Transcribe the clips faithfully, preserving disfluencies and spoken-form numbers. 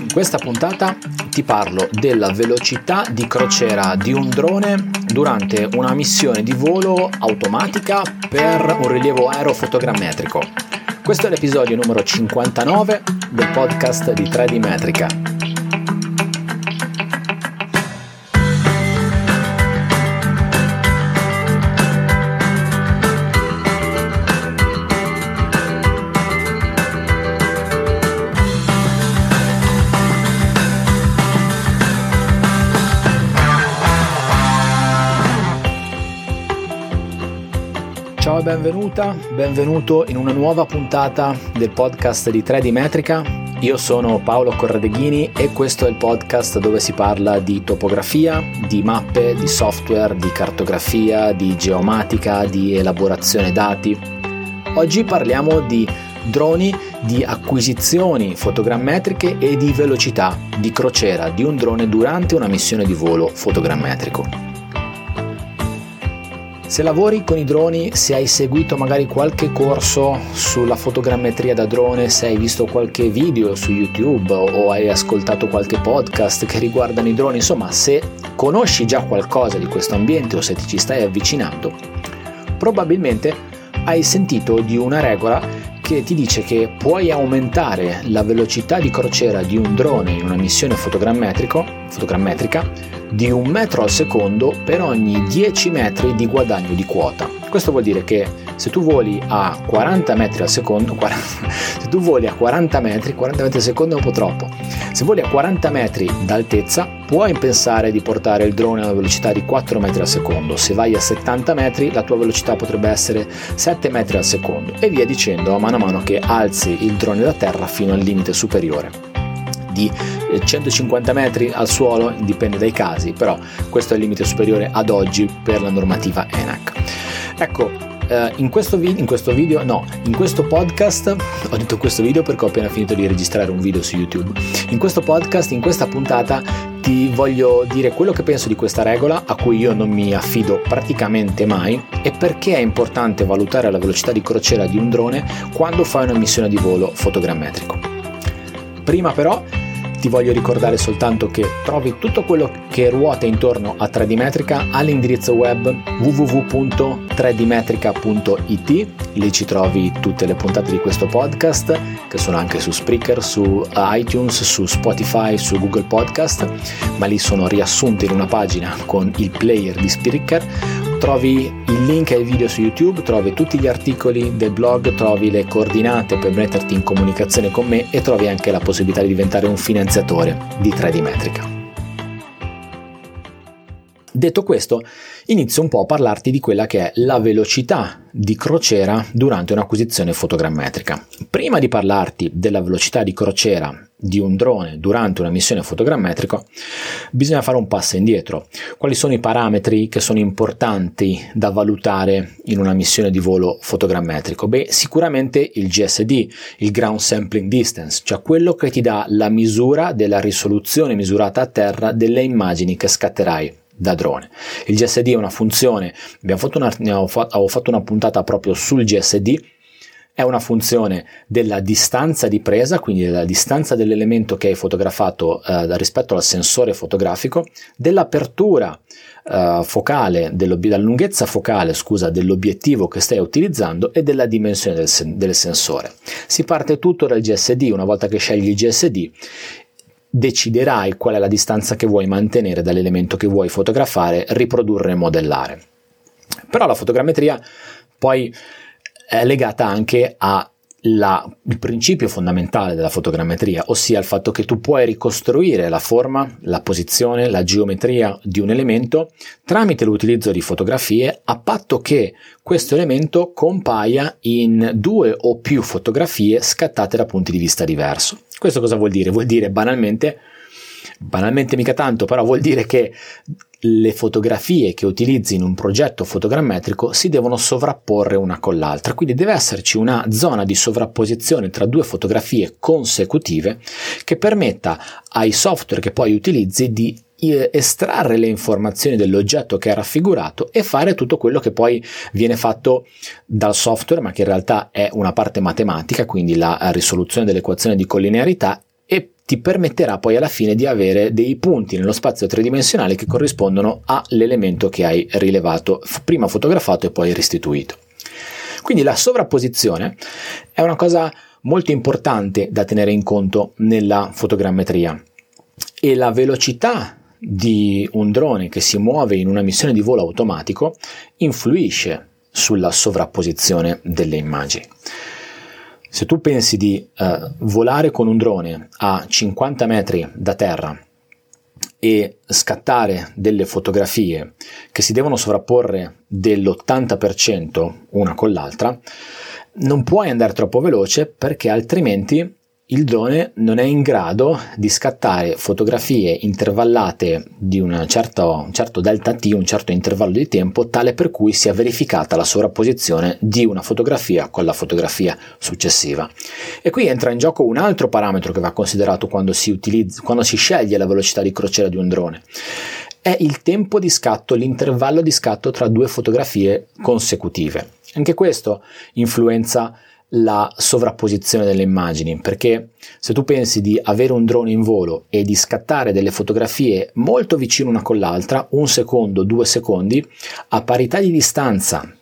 In questa puntata ti parlo della velocità di crociera di un drone durante una missione di volo automatica per un rilievo aerofotogrammetrico. Questo è l'episodio numero cinquantanove del podcast di tre D Metrica. Ciao e benvenuta, benvenuto in una nuova puntata del podcast di tre D Metrica. Io sono Paolo Corradeghini e questo è il podcast dove si parla di topografia, di mappe, di software, di cartografia, di geomatica, di elaborazione dati. Oggi parliamo di droni, di acquisizioni fotogrammetriche e di velocità di crociera di un drone durante una missione di volo fotogrammetrico. Se lavori con i droni, se hai seguito magari qualche corso sulla fotogrammetria da drone, se hai visto qualche video su YouTube o hai ascoltato qualche podcast che riguardano i droni, insomma, se conosci già qualcosa di questo ambiente o se ti ci stai avvicinando, probabilmente hai sentito di una regola che ti dice che puoi aumentare la velocità di crociera di un drone in una missione fotogrammetrico, fotogrammetrica di un metro al secondo per ogni dieci metri di guadagno di quota. Questo vuol dire che se tu voli a quaranta metri al secondo, quaranta, se tu voli a quaranta metri, quaranta metri al secondo è un po' troppo. Se voli a quaranta metri d'altezza, puoi pensare di portare il drone a una velocità di quattro metri al secondo. Se vai a settanta metri, la tua velocità potrebbe essere sette metri al secondo e via dicendo, a mano a mano che alzi il drone da terra fino al limite superiore di centocinquanta metri al suolo, dipende dai casi, però questo è il limite superiore ad oggi per la normativa E N A C. Ecco, eh, in questo video, in questo video, no, in questo podcast, ho detto questo video perché ho appena finito di registrare un video su YouTube. In questo podcast, in questa puntata, ti voglio dire quello che penso di questa regola, a cui io non mi affido praticamente mai, e perché è importante valutare la velocità di crociera di un drone quando fai una missione di volo fotogrammetrico. Prima però ti voglio ricordare soltanto che trovi tutto quello che ruota intorno a tre D Metrica all'indirizzo web w w w punto tre d metrica punto i t. Lì ci trovi tutte le puntate di questo podcast, che sono anche su Spreaker, su iTunes, su Spotify, su Google Podcast, ma lì sono riassunte in una pagina con il player di Spreaker. Trovi il link ai video su YouTube, trovi tutti gli articoli del blog, trovi le coordinate per metterti in comunicazione con me e trovi anche la possibilità di diventare un finanziatore di tre D Metrica. Detto questo, inizio un po' a parlarti di quella che è la velocità di crociera durante un'acquisizione fotogrammetrica. Prima di parlarti della velocità di crociera di un drone durante una missione fotogrammetrica, bisogna fare un passo indietro. Quali sono i parametri che sono importanti da valutare in una missione di volo fotogrammetrico? Beh, sicuramente il G S D, il Ground Sampling Distance, cioè quello che ti dà la misura della risoluzione misurata a terra delle immagini che scatterai da drone. Il G S D è una funzione, abbiamo fatto una, ho fatto una puntata proprio sul G S D, è una funzione della distanza di presa, quindi della distanza dell'elemento che hai fotografato eh, rispetto al sensore fotografico, dell'apertura eh, focale, della lunghezza focale, scusa, dell'obiettivo che stai utilizzando e della dimensione del, sen- del sensore. Si parte tutto dal G S D. Una volta che scegli il G S D, deciderai qual è la distanza che vuoi mantenere dall'elemento che vuoi fotografare, riprodurre e modellare. Però la fotogrammetria poi è legata anche al principio fondamentale della fotogrammetria, ossia il fatto che tu puoi ricostruire la forma, la posizione, la geometria di un elemento tramite l'utilizzo di fotografie, a patto che questo elemento compaia in due o più fotografie scattate da punti di vista diversi. Questo cosa vuol dire? Vuol dire banalmente, banalmente mica tanto, però vuol dire che le fotografie che utilizzi in un progetto fotogrammetrico si devono sovrapporre una con l'altra, quindi deve esserci una zona di sovrapposizione tra due fotografie consecutive che permetta ai software che poi utilizzi di estrarre le informazioni dell'oggetto che è raffigurato e fare tutto quello che poi viene fatto dal software, ma che in realtà è una parte matematica, quindi la risoluzione dell'equazione di collinearità, e ti permetterà poi alla fine di avere dei punti nello spazio tridimensionale che corrispondono all'elemento che hai rilevato, prima fotografato e poi restituito. Quindi la sovrapposizione è una cosa molto importante da tenere in conto nella fotogrammetria, e la velocità di un drone che si muove in una missione di volo automatico influisce sulla sovrapposizione delle immagini. Se tu pensi di eh, volare con un drone a cinquanta metri da terra e scattare delle fotografie che si devono sovrapporre dell'ottanta per cento una con l'altra, non puoi andare troppo veloce, perché altrimenti il drone non è in grado di scattare fotografie intervallate di una certa, un certo delta T, un certo intervallo di tempo, tale per cui sia verificata la sovrapposizione di una fotografia con la fotografia successiva. E qui entra in gioco un altro parametro che va considerato quando si utilizza, quando si sceglie la velocità di crociera di un drone. È il tempo di scatto, l'intervallo di scatto tra due fotografie consecutive. Anche questo influenza la sovrapposizione delle immagini, perché se tu pensi di avere un drone in volo e di scattare delle fotografie molto vicine una con l'altra, un secondo, due secondi, a parità di distanza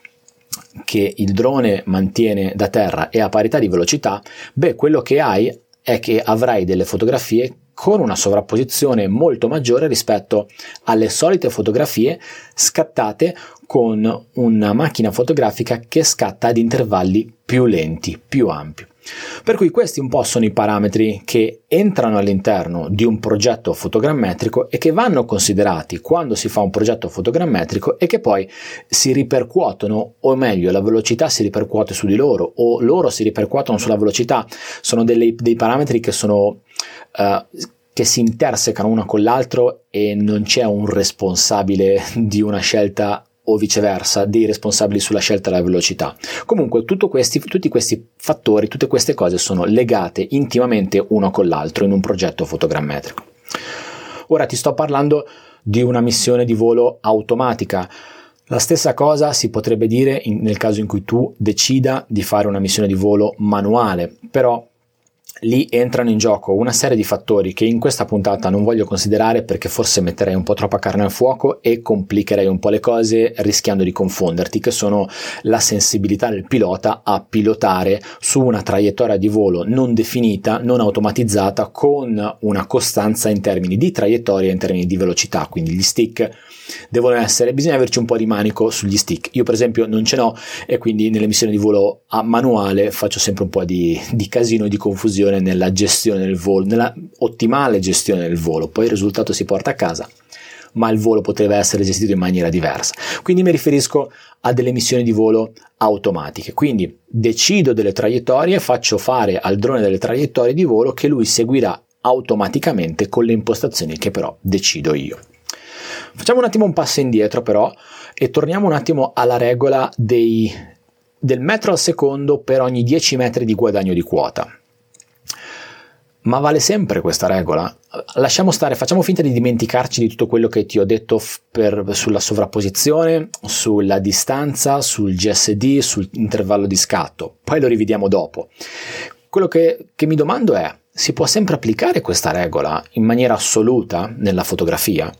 che il drone mantiene da terra e a parità di velocità, beh, quello che hai è che avrai delle fotografie con una sovrapposizione molto maggiore rispetto alle solite fotografie scattate con una macchina fotografica che scatta ad intervalli più lenti, più ampi. Per cui questi un po' sono i parametri che entrano all'interno di un progetto fotogrammetrico e che vanno considerati quando si fa un progetto fotogrammetrico, e che poi si ripercuotono, o meglio la velocità si ripercuote su di loro o loro si ripercuotono sulla velocità. Sono delle, dei parametri che sono uh, che si intersecano uno con l'altro, e non c'è un responsabile di una scelta o viceversa, dei responsabili sulla scelta della velocità. Comunque tutto questi, tutti questi fattori, tutte queste cose sono legate intimamente uno con l'altro in un progetto fotogrammetrico. Ora ti sto parlando di una missione di volo automatica. La stessa cosa si potrebbe dire in, nel caso in cui tu decida di fare una missione di volo manuale, però lì entrano in gioco una serie di fattori che in questa puntata non voglio considerare, perché forse metterei un po' troppa carne al fuoco e complicherei un po' le cose rischiando di confonderti, che sono la sensibilità del pilota a pilotare su una traiettoria di volo non definita, non automatizzata, con una costanza in termini di traiettoria e in termini di velocità. Quindi gli stick devono essere, bisogna averci un po' di manico sugli stick. Io per esempio non ce n'ho, e quindi nelle missioni di volo a manuale faccio sempre un po' di, di casino e di confusione nella gestione del volo, nella ottimale gestione del volo. Poi il risultato si porta a casa, ma il volo potrebbe essere gestito in maniera diversa. Quindi mi riferisco a delle missioni di volo automatiche. Quindi decido delle traiettorie, faccio fare al drone delle traiettorie di volo che lui seguirà automaticamente con le impostazioni che però decido io. Facciamo un attimo un passo indietro però e torniamo un attimo alla regola dei, del metro al secondo per ogni dieci metri di guadagno di quota. Ma vale sempre questa regola? Lasciamo stare, facciamo finta di dimenticarci di tutto quello che ti ho detto per, sulla sovrapposizione, sulla distanza, sul G S D, sull'intervallo di scatto. Poi lo rividiamo dopo. Quello che, che mi domando è: si può sempre applicare questa regola in maniera assoluta nella fotografia?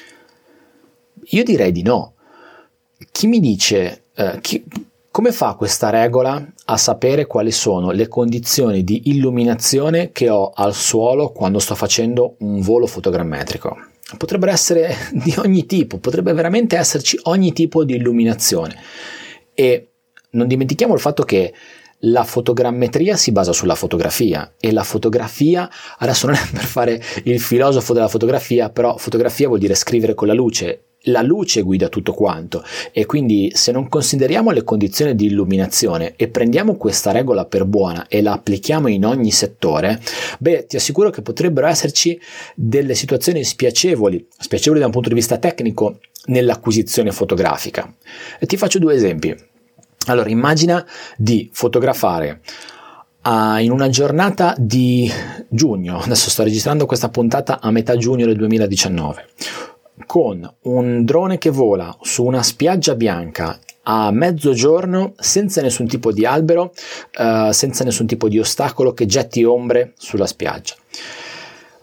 Io direi di no. Chi mi dice, eh, chi, come fa questa regola a sapere quali sono le condizioni di illuminazione che ho al suolo quando sto facendo un volo fotogrammetrico? Potrebbero essere di ogni tipo, potrebbe veramente esserci ogni tipo di illuminazione. E non dimentichiamo il fatto che la fotogrammetria si basa sulla fotografia, e la fotografia, adesso non è per fare il filosofo della fotografia, però fotografia vuol dire scrivere con la luce. La luce guida tutto quanto, e quindi se non consideriamo le condizioni di illuminazione e prendiamo questa regola per buona e la applichiamo in ogni settore, beh, ti assicuro che potrebbero esserci delle situazioni spiacevoli, spiacevoli da un punto di vista tecnico nell'acquisizione fotografica. E ti faccio due esempi. Allora, immagina di fotografare uh, in una giornata di giugno, adesso sto registrando questa puntata a metà giugno del duemiladiciannove, con un drone che vola su una spiaggia bianca a mezzogiorno, senza nessun tipo di albero, uh, senza nessun tipo di ostacolo che getti ombre sulla spiaggia.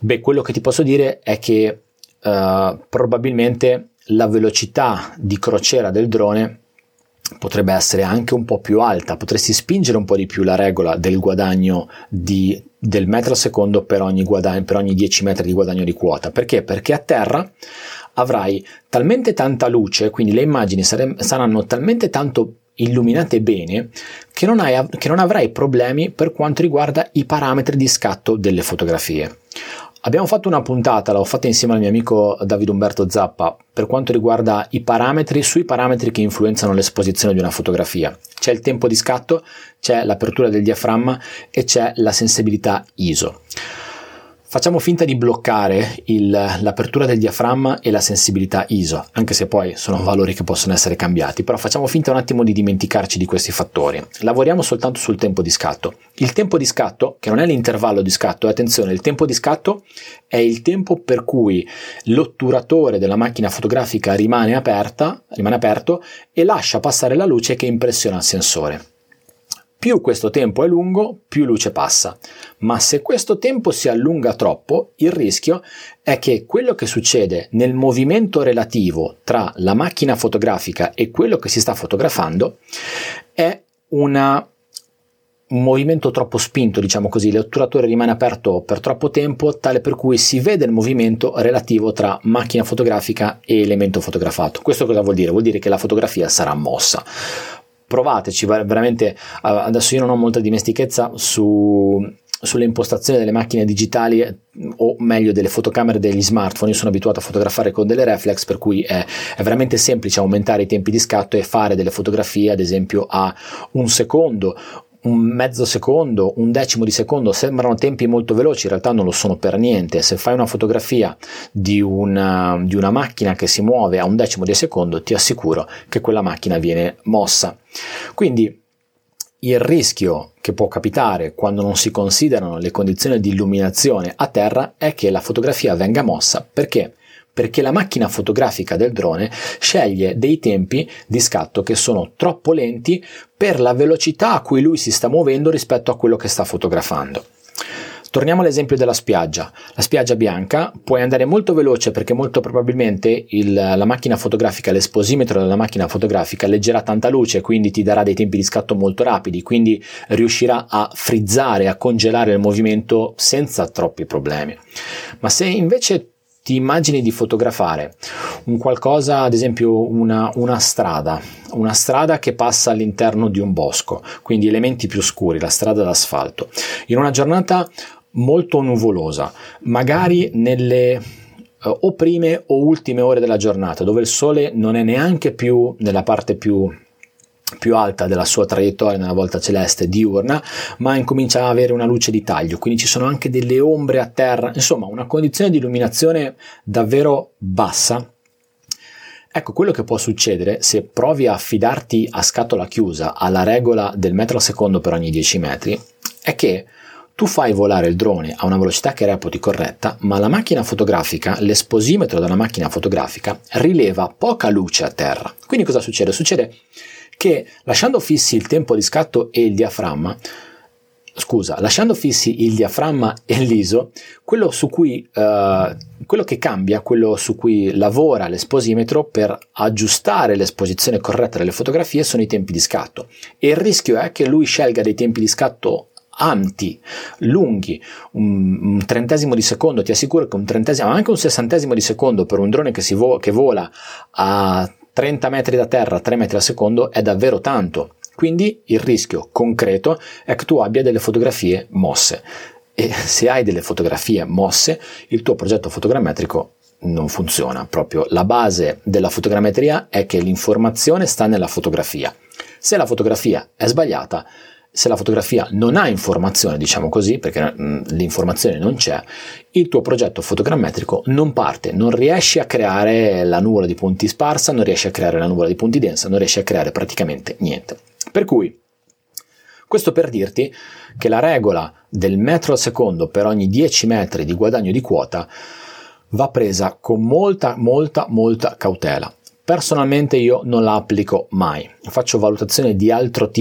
Beh, quello che ti posso dire è che uh, probabilmente la velocità di crociera del drone potrebbe essere anche un po' più alta, potresti spingere un po' di più la regola del guadagno di, del metro al secondo per ogni, guadagno, per ogni dieci metri di guadagno di quota. Perché? Perché a terra avrai talmente tanta luce, quindi le immagini sare- saranno talmente tanto illuminate bene che non, hai, che non avrai problemi per quanto riguarda i parametri di scatto delle fotografie. Abbiamo fatto una puntata, l'ho fatta insieme al mio amico Davide Umberto Zappa, per quanto riguarda i parametri, sui parametri che influenzano l'esposizione di una fotografia. C'è il tempo di scatto, c'è l'apertura del diaframma e c'è la sensibilità I S O. Facciamo finta di bloccare il, l'apertura del diaframma e la sensibilità I S O, anche se poi sono valori che possono essere cambiati, però facciamo finta un attimo di dimenticarci di questi fattori. Lavoriamo soltanto sul tempo di scatto. Il tempo di scatto, che non è l'intervallo di scatto, attenzione, il tempo di scatto è il tempo per cui l'otturatore della macchina fotografica rimane aperta, rimane aperto e lascia passare la luce che impressiona il sensore. Più questo tempo è lungo, più luce passa, ma se questo tempo si allunga troppo, il rischio è che quello che succede nel movimento relativo tra la macchina fotografica e quello che si sta fotografando è una, un movimento troppo spinto, diciamo così, l'otturatore rimane aperto per troppo tempo, tale per cui si vede il movimento relativo tra macchina fotografica e elemento fotografato. Questo cosa vuol dire? Vuol dire che la fotografia sarà mossa. Provateci, veramente, adesso io non ho molta dimestichezza su, sulle impostazioni delle macchine digitali o meglio delle fotocamere degli smartphone. Io sono abituato a fotografare con delle reflex, per cui è, è veramente semplice aumentare i tempi di scatto e fare delle fotografie ad esempio a un secondo, un mezzo secondo, un decimo di secondo. Sembrano tempi molto veloci, in realtà non lo sono per niente. Se fai una fotografia di una, di una macchina che si muove a un decimo di secondo, ti assicuro che quella macchina viene mossa. Quindi il rischio che può capitare quando non si considerano le condizioni di illuminazione a terra è che la fotografia venga mossa. Perché? Perché la macchina fotografica del drone sceglie dei tempi di scatto che sono troppo lenti per la velocità a cui lui si sta muovendo rispetto a quello che sta fotografando. Torniamo all'esempio della spiaggia. La spiaggia bianca puoi andare molto veloce perché molto probabilmente il, la macchina fotografica, l'esposimetro della macchina fotografica leggerà tanta luce, quindi ti darà dei tempi di scatto molto rapidi, quindi riuscirà a frizzare, a congelare il movimento senza troppi problemi. Ma se invece ti immagini di fotografare un qualcosa, ad esempio una, una strada, una strada che passa all'interno di un bosco, quindi elementi più scuri, la strada d'asfalto, in una giornata molto nuvolosa, magari nelle uh, o prime o ultime ore della giornata, dove il sole non è neanche più nella parte più più alta della sua traiettoria nella volta celeste diurna, ma incomincia a avere una luce di taglio, quindi ci sono anche delle ombre a terra, insomma una condizione di illuminazione davvero bassa. Ecco, quello che può succedere se provi a affidarti a scatola chiusa alla regola del metro al secondo per ogni dieci metri è che tu fai volare il drone a una velocità che reputi corretta, ma la macchina fotografica, l'esposimetro della macchina fotografica rileva poca luce a terra. Quindi cosa succede? Succede che lasciando fissi il tempo di scatto e il diaframma, scusa, lasciando fissi il diaframma e l'I S O, quello su cui uh, quello che cambia, quello su cui lavora l'esposimetro per aggiustare l'esposizione corretta delle fotografie sono i tempi di scatto. E il rischio è che lui scelga dei tempi di scatto ampi, lunghi, un, un trentesimo di secondo. Ti assicuro che un trentesimo, ma anche un sessantesimo di secondo per un drone che, si vo- che vola a trenta metri da terra, tre metri al secondo è davvero tanto. Quindi il rischio concreto è che tu abbia delle fotografie mosse, e se hai delle fotografie mosse il tuo progetto fotogrammetrico non funziona. Proprio la base della fotogrammetria è che l'informazione sta nella fotografia. Se la fotografia è sbagliata, se la fotografia non ha informazione, diciamo così, perché mh, l'informazione non c'è, il tuo progetto fotogrammetrico non parte, non riesci a creare la nuvola di punti sparsa, non riesci a creare la nuvola di punti densa, non riesci a creare praticamente niente. Per cui, questo per dirti che la regola del metro al secondo per ogni dieci metri di guadagno di quota va presa con molta, molta, molta cautela. Personalmente io non la applico mai, faccio valutazione di altro tipo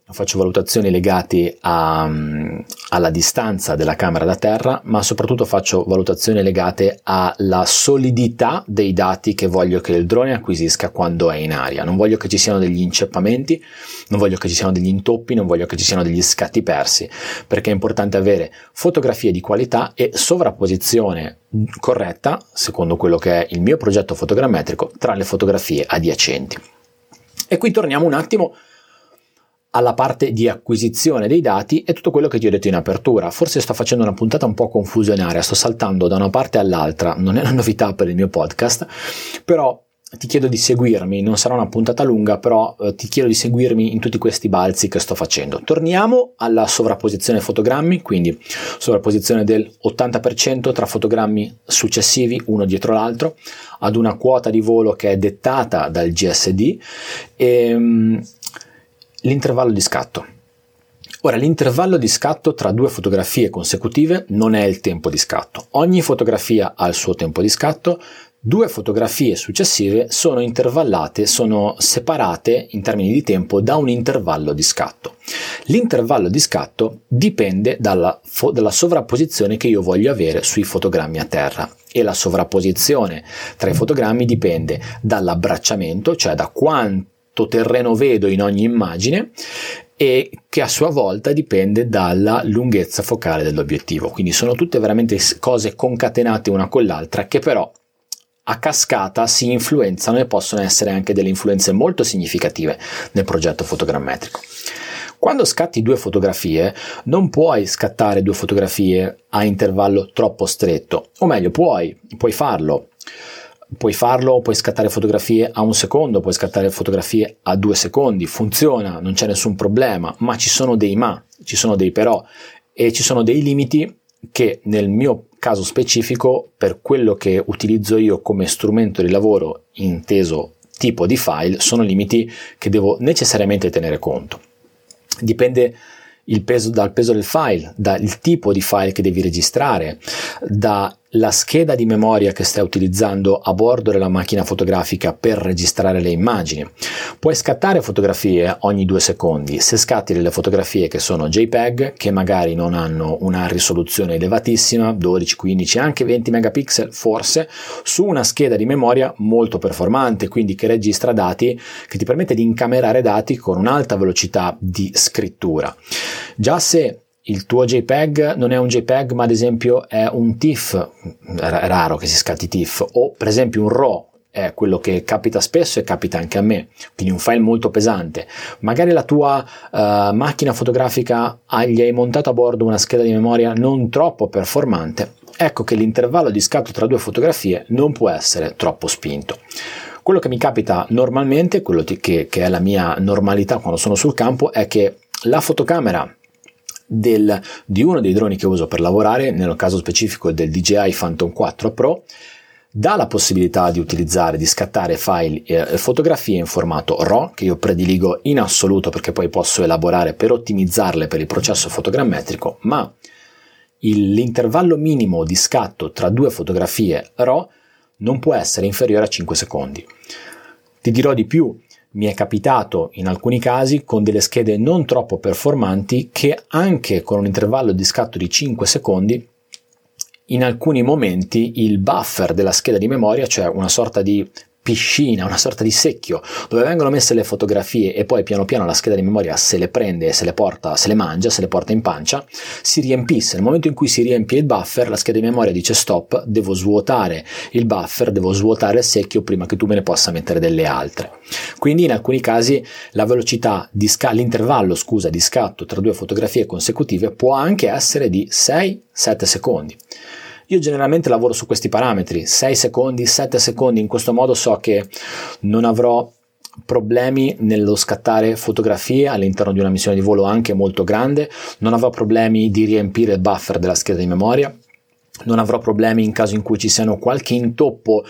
faccio valutazioni legate a, alla distanza della camera da terra, ma soprattutto faccio valutazioni legate alla solidità dei dati che voglio che il drone acquisisca quando è in aria. Non voglio che ci siano degli inceppamenti, non voglio che ci siano degli intoppi, non voglio che ci siano degli scatti persi, perché è importante avere fotografie di qualità e sovrapposizione corretta, secondo quello che è il mio progetto fotogrammetrico, tra le fotografie adiacenti. E qui torniamo un attimo alla parte di acquisizione dei dati e tutto quello che ti ho detto in apertura. Forse sto facendo una puntata un po' confusionaria, sto saltando da una parte all'altra, non è una novità per il mio podcast, però ti chiedo di seguirmi, non sarà una puntata lunga, però eh, ti chiedo di seguirmi in tutti questi balzi che sto facendo. Torniamo alla sovrapposizione fotogrammi, quindi sovrapposizione del ottanta per cento tra fotogrammi successivi uno dietro l'altro, ad una quota di volo che è dettata dal G S D e um, l'intervallo di scatto. Ora, l'intervallo di scatto tra due fotografie consecutive non è il tempo di scatto. Ogni fotografia ha il suo tempo di scatto, due fotografie successive sono intervallate, sono separate in termini di tempo da un intervallo di scatto. L'intervallo di scatto dipende dalla, fo- dalla sovrapposizione che io voglio avere sui fotogrammi a terra, e la sovrapposizione tra i fotogrammi dipende dall'abbracciamento, cioè da quanto terreno vedo in ogni immagine, e che a sua volta dipende dalla lunghezza focale dell'obiettivo. Quindi sono tutte veramente cose concatenate una con l'altra, che però a cascata si influenzano e possono essere anche delle influenze molto significative nel progetto fotogrammetrico. Quando scatti due fotografie, non puoi scattare due fotografie a intervallo troppo stretto, o meglio, puoi, puoi farlo. Puoi farlo, puoi scattare fotografie a un secondo, puoi scattare fotografie a due secondi, funziona, non c'è nessun problema, ma ci sono dei ma, ci sono dei però e ci sono dei limiti che nel mio caso specifico, per quello che utilizzo io come strumento di lavoro inteso tipo di file, sono limiti che devo necessariamente tenere conto. Dipende il peso, dal peso del file, dal tipo di file che devi registrare, dalla scheda di memoria che stai utilizzando a bordo della macchina fotografica per registrare le immagini. Puoi scattare fotografie ogni due secondi se scatti delle fotografie che sono JPEG, che magari non hanno una risoluzione elevatissima, dodici, quindici, anche venti megapixel forse, su una scheda di memoria molto performante, quindi che registra dati, che ti permette di incamerare dati con un'alta velocità di scrittura. Già se il tuo JPEG non è un JPEG, ma ad esempio è un TIFF, è raro che si scatti TIFF, o per esempio un RAW, è quello che capita spesso e capita anche a me, quindi un file molto pesante. Magari la tua uh, macchina fotografica ah, gli hai montato a bordo una scheda di memoria non troppo performante, ecco che l'intervallo di scatto tra due fotografie non può essere troppo spinto. Quello che mi capita normalmente, quello che, che è la mia normalità quando sono sul campo, è che la fotocamera Del, di uno dei droni che uso per lavorare, nel caso specifico del D J I Phantom quattro Pro, dà la possibilità di utilizzare, di scattare file e fotografie in formato RAW, che io prediligo in assoluto perché poi posso elaborare per ottimizzarle per il processo fotogrammetrico, ma il, l'intervallo minimo di scatto tra due fotografie RAW non può essere inferiore a cinque secondi. Ti dirò di più. Mi è capitato in alcuni casi con delle schede non troppo performanti che anche con un intervallo di scatto di cinque secondi in alcuni momenti il buffer della scheda di memoria, cioè una sorta di piscina, una sorta di secchio dove vengono messe le fotografie e poi piano piano la scheda di memoria se le prende e se le porta, se le mangia, se le porta in pancia, si riempisse. Nel momento in cui si riempie il buffer, la scheda di memoria dice stop, devo svuotare il buffer, devo svuotare il secchio prima che tu me ne possa mettere delle altre. Quindi in alcuni casi la velocità di sca- l'intervallo scusa di scatto tra due fotografie consecutive può anche essere di sei sette secondi. Io generalmente lavoro su questi parametri, sei secondi, sette secondi, in questo modo so che non avrò problemi nello scattare fotografie all'interno di una missione di volo anche molto grande, non avrò problemi di riempire il buffer della scheda di memoria, non avrò problemi in caso in cui ci siano qualche intoppo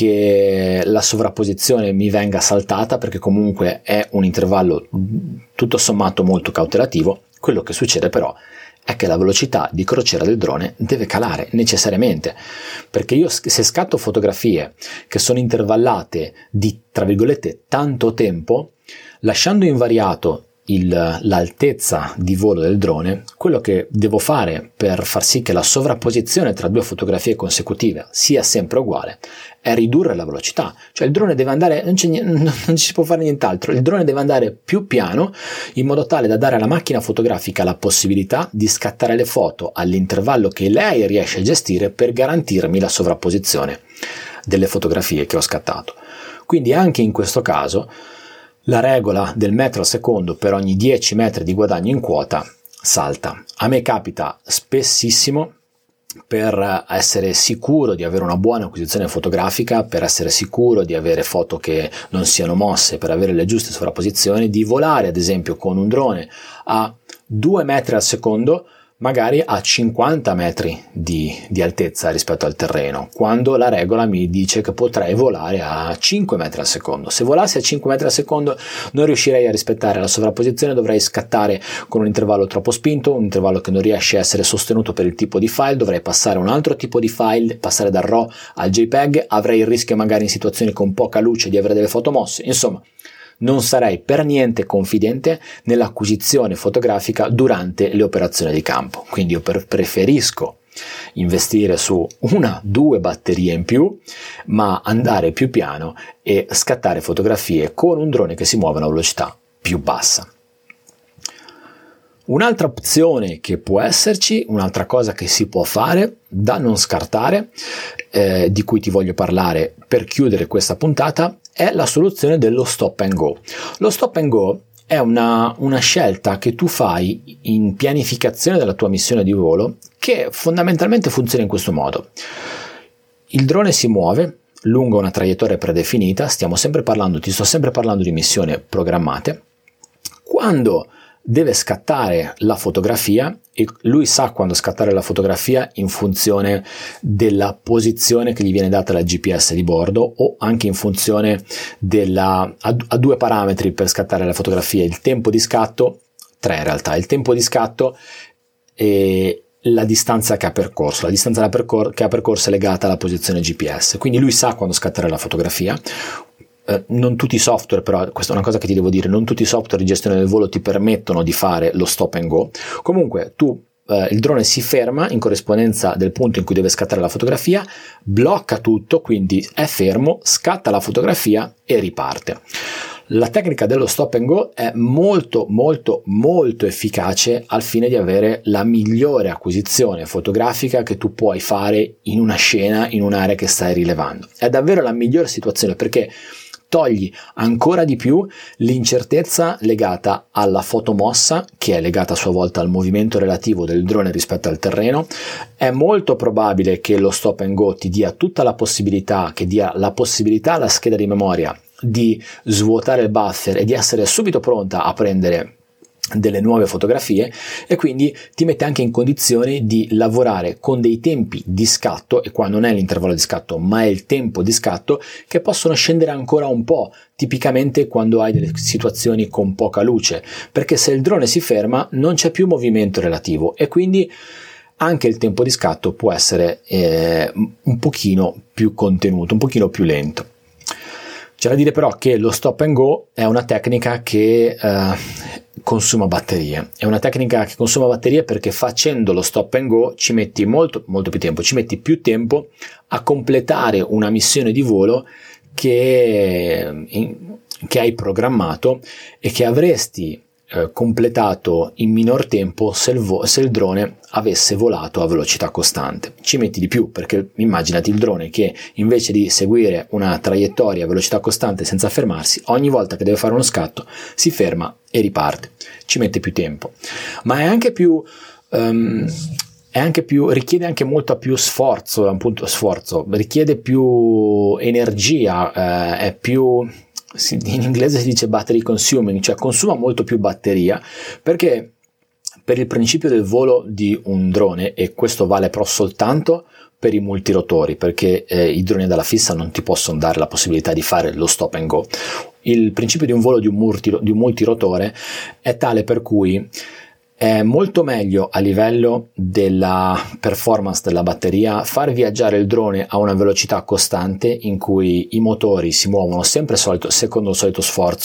che la sovrapposizione mi venga saltata, perché comunque è un intervallo tutto sommato molto cautelativo. Quello che succede però è che la velocità di crociera del drone deve calare necessariamente, perché io se scatto fotografie che sono intervallate di, tra virgolette, tanto tempo, lasciando invariato il, l'altezza di volo del drone, quello che devo fare per far sì che la sovrapposizione tra due fotografie consecutive sia sempre uguale è ridurre la velocità. Cioè il drone deve andare, non, c'è, non ci si può fare nient'altro, il drone deve andare più piano in modo tale da dare alla macchina fotografica la possibilità di scattare le foto all'intervallo che lei riesce a gestire per garantirmi la sovrapposizione delle fotografie che ho scattato. Quindi anche in questo caso la regola del metro al secondo per ogni dieci metri di guadagno in quota salta. A me capita spessissimo, per essere sicuro di avere una buona acquisizione fotografica, per essere sicuro di avere foto che non siano mosse, per avere le giuste sovrapposizioni, di volare ad esempio con un drone a due metri al secondo, magari a cinquanta metri di, di altezza rispetto al terreno, quando la regola mi dice che potrei volare a cinque metri al secondo. Se volassi a cinque metri al secondo non riuscirei a rispettare la sovrapposizione, dovrei scattare con un intervallo troppo spinto, un intervallo che non riesce a essere sostenuto per il tipo di file, dovrei passare a un altro tipo di file, passare dal RAW al JPEG, avrei il rischio magari in situazioni con poca luce di avere delle foto mosse. Insomma, non sarei per niente confidente nell'acquisizione fotografica durante le operazioni di campo. Quindi io per- preferisco investire su una, due batterie in più, ma andare più piano e scattare fotografie con un drone che si muove a una velocità più bassa. Un'altra opzione che può esserci, un'altra cosa che si può fare da non scartare, eh, di cui ti voglio parlare per chiudere questa puntata, è la soluzione dello stop and go. Lo stop and go è una, una scelta che tu fai in pianificazione della tua missione di volo, che fondamentalmente funziona in questo modo. Il drone si muove lungo una traiettoria predefinita, stiamo sempre parlando, ti sto sempre parlando di missioni programmate. Quando deve scattare la fotografia, e lui sa quando scattare la fotografia in funzione della posizione che gli viene data dal G P S di bordo, o anche in funzione della a, a due parametri per scattare la fotografia: il tempo di scatto, tre in realtà, il tempo di scatto e la distanza che ha percorso. La distanza che ha, percor- che ha percorso è legata alla posizione G P S, quindi lui sa quando scattare la fotografia. Eh, non tutti i software, però questa è una cosa che ti devo dire, non tutti i software di gestione del volo ti permettono di fare lo stop and go. Comunque tu eh, il drone si ferma in corrispondenza del punto in cui deve scattare la fotografia, blocca tutto, quindi è fermo, scatta la fotografia e riparte. La tecnica dello stop and go è molto molto molto efficace al fine di avere la migliore acquisizione fotografica che tu puoi fare in una scena, in un'area che stai rilevando. È davvero la migliore situazione, perché togli ancora di più l'incertezza legata alla fotomossa, che è legata a sua volta al movimento relativo del drone rispetto al terreno. È molto probabile che lo stop and go ti dia tutta la possibilità, che dia la possibilità alla scheda di memoria di svuotare il buffer e di essere subito pronta a prendere delle nuove fotografie, e quindi ti mette anche in condizioni di lavorare con dei tempi di scatto, e qua non è l'intervallo di scatto ma è il tempo di scatto, che possono scendere ancora un po', tipicamente quando hai delle situazioni con poca luce, perché se il drone si ferma non c'è più movimento relativo e quindi anche il tempo di scatto può essere eh, un pochino più contenuto, un pochino più lento. C'è da dire però che lo stop and go è una tecnica che eh, consuma batterie. È una tecnica che consuma batterie perché facendo lo stop and go ci metti molto, molto più tempo, ci metti più tempo a completare una missione di volo che, in, che hai programmato e che avresti eh, completato in minor tempo se il, vo- se il drone avesse volato a velocità costante. Ci metti di più, perché immaginati il drone che invece di seguire una traiettoria a velocità costante senza fermarsi, ogni volta che deve fare uno scatto si ferma e riparte. Ci mette più tempo, ma è anche più um, è anche più richiede anche molto più sforzo, da un punto sforzo richiede più energia, eh, è più, in inglese si dice battery consuming, cioè consuma molto più batteria, perché per il principio del volo di un drone, e questo vale però soltanto per i multirotori, perché eh, i droni dalla fissa non ti possono dare la possibilità di fare lo stop and go. Il principio di un volo di un, multi, di un multirotore è tale per cui è molto meglio a livello della performance della batteria far viaggiare il drone a una velocità costante in cui i motori si muovono sempre solito, secondo il solito sforzo,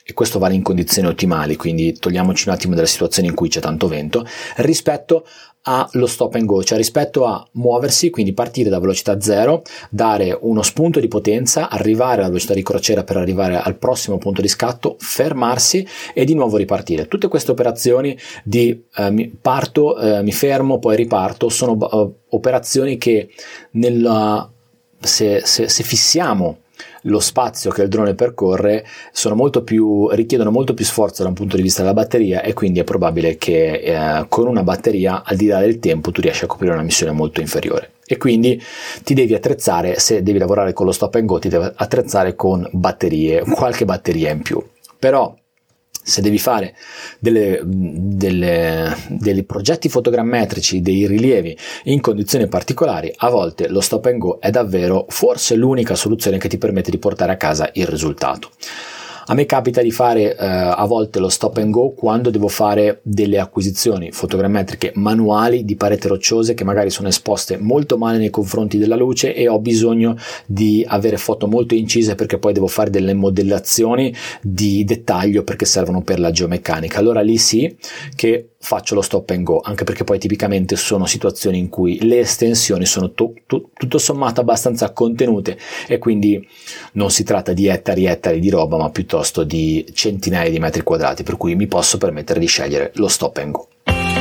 e questo vale in condizioni ottimali, quindi togliamoci un attimo dalla situazione in cui c'è tanto vento, rispetto allo stop and go, cioè rispetto a muoversi, quindi partire da velocità zero, dare uno spunto di potenza, arrivare alla velocità di crociera per arrivare al prossimo punto di scatto, fermarsi e di nuovo ripartire. Tutte queste operazioni di eh, mi parto, eh, mi fermo, poi riparto, sono uh, operazioni che nella, se, se, se fissiamo lo spazio che il drone percorre sono molto più, richiedono molto più sforzo da un punto di vista della batteria, e quindi è probabile che eh, con una batteria, al di là del tempo, tu riesci a coprire una missione molto inferiore, e quindi ti devi attrezzare. Se devi lavorare con lo stop and go, ti devi attrezzare con batterie, qualche batteria in più. Però se devi fare delle, delle, dei progetti fotogrammetrici, dei rilievi in condizioni particolari, a volte lo stop and go è davvero forse l'unica soluzione che ti permette di portare a casa il risultato. A me capita di fare eh, a volte lo stop and go quando devo fare delle acquisizioni fotogrammetriche manuali di pareti rocciose che magari sono esposte molto male nei confronti della luce, e ho bisogno di avere foto molto incise perché poi devo fare delle modellazioni di dettaglio perché servono per la geomeccanica. Allora lì sì che faccio lo stop and go, anche perché poi tipicamente sono situazioni in cui le estensioni sono tu, tu, tutto sommato abbastanza contenute, e quindi non si tratta di ettari e ettari di roba, ma piuttosto di centinaia di metri quadrati, per cui mi posso permettere di scegliere lo stop and go.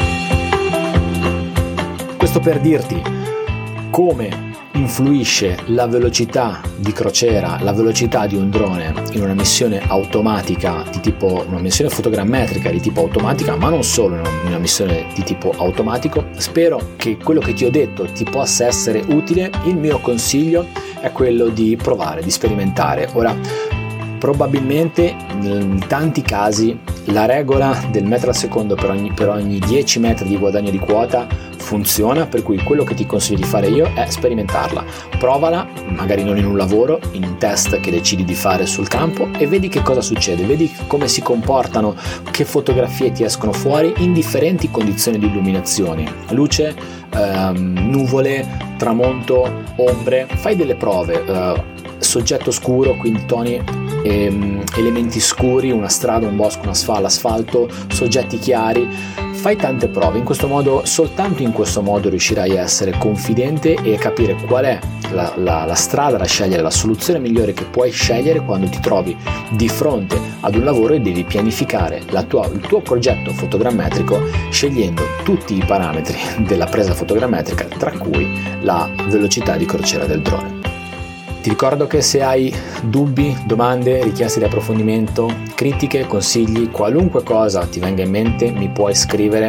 Questo per dirti come influisce la velocità di crociera, la velocità di un drone in una missione automatica di tipo, una missione fotogrammetrica di tipo automatica, ma non solo, in una missione di tipo automatico. Spero che quello che ti ho detto ti possa essere utile. Il mio consiglio è quello di provare, di sperimentare. Ora, probabilmente in tanti casi la regola del metro al secondo per ogni, per ogni dieci metri di guadagno di quota funziona, per cui quello che ti consiglio di fare io è sperimentarla. Provala, magari non in un lavoro, in un test che decidi di fare sul campo, e vedi che cosa succede, vedi come si comportano, che fotografie ti escono fuori in differenti condizioni di illuminazione, luce, ehm, nuvole, tramonto, ombre. Fai delle prove, eh, soggetto scuro, quindi toni, ehm, elementi scuri, una strada, un bosco, una sfala, l'asfalto, soggetti chiari. Fai tante prove, in questo modo, soltanto in questo modo riuscirai a essere confidente e a capire qual è la, la, la strada da scegliere, la soluzione migliore che puoi scegliere quando ti trovi di fronte ad un lavoro e devi pianificare la tua, il tuo progetto fotogrammetrico scegliendo tutti i parametri della presa fotogrammetrica, tra cui la velocità di crociera del drone. Ti ricordo che se hai dubbi, domande, richieste di approfondimento, critiche, consigli, qualunque cosa ti venga in mente, mi puoi scrivere,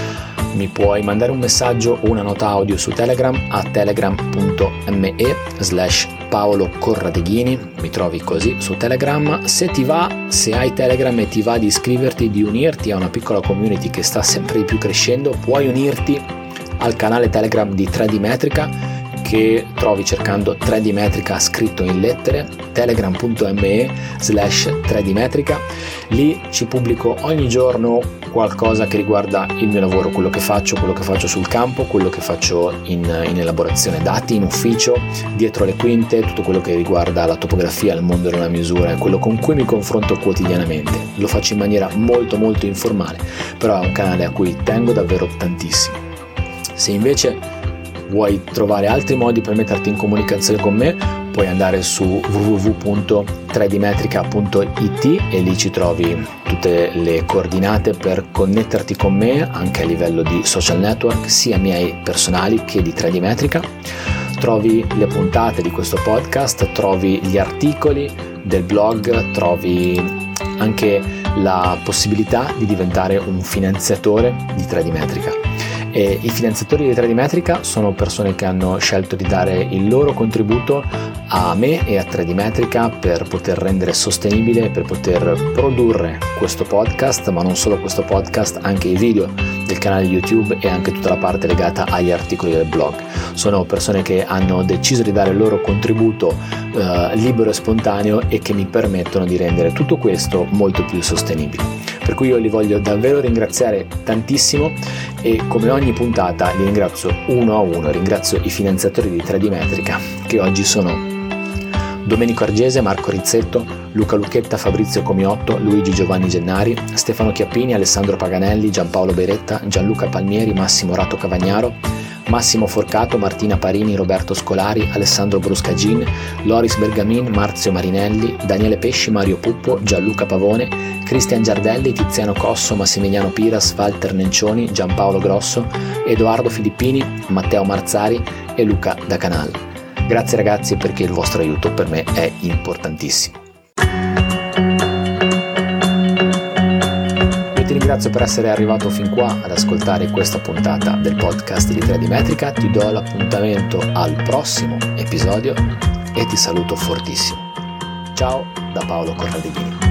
mi puoi mandare un messaggio o una nota audio su Telegram a telegram.me slash Paolo Corradeghini, mi trovi così su Telegram. Se ti va, se hai Telegram e ti va di iscriverti, di unirti a una piccola community che sta sempre di più crescendo, puoi unirti al canale Telegram di tre D Metrica, che trovi cercando tre D Metrica scritto in lettere, telegram.me slash 3D Metrica. Lì ci pubblico ogni giorno qualcosa che riguarda il mio lavoro, quello che faccio, quello che faccio sul campo, quello che faccio in, in elaborazione dati, in ufficio, dietro le quinte, tutto quello che riguarda la topografia, il mondo della misura, quello con cui mi confronto quotidianamente. Lo faccio in maniera molto molto informale, però è un canale a cui tengo davvero tantissimo. Se invece vuoi trovare altri modi per metterti in comunicazione con me, puoi andare su w w w punto tre d metrica punto i t e lì ci trovi tutte le coordinate per connetterti con me anche a livello di social network, sia miei personali che di tre D Metrica. Trovi le puntate di questo podcast, trovi gli articoli del blog, trovi anche la possibilità di diventare un finanziatore di tre D Metrica. E i finanziatori di tre D Metrica sono persone che hanno scelto di dare il loro contributo a me e a tre D Metrica per poter rendere sostenibile, per poter produrre questo podcast, ma non solo questo podcast, anche i video del canale YouTube e anche tutta la parte legata agli articoli del blog. Sono persone che hanno deciso di dare il loro contributo eh, libero e spontaneo e che mi permettono di rendere tutto questo molto più sostenibile. Per cui io li voglio davvero ringraziare tantissimo, e come ogni puntata li ringrazio uno a uno. Ringrazio i finanziatori di tre D Metrica, che oggi sono Domenico Argese, Marco Rizzetto, Luca Lucchetta, Fabrizio Comiotto, Luigi Giovanni Gennari, Stefano Chiappini, Alessandro Paganelli, Giampaolo Beretta, Gianluca Palmieri, Massimo Rato Cavagnaro, Massimo Forcato, Martina Parini, Roberto Scolari, Alessandro Bruscagin, Loris Bergamin, Marzio Marinelli, Daniele Pesci, Mario Puppo, Gianluca Pavone, Cristian Giardelli, Tiziano Cosso, Massimiliano Piras, Walter Nencioni, Giampaolo Grosso, Edoardo Filippini, Matteo Marzari e Luca Da Canal. Grazie ragazzi, perché il vostro aiuto per me è importantissimo. Ti ringrazio per essere arrivato fin qua ad ascoltare questa puntata del podcast di tre D Metrica. Ti do l'appuntamento al prossimo episodio e ti saluto fortissimo. Ciao da Paolo Corradini.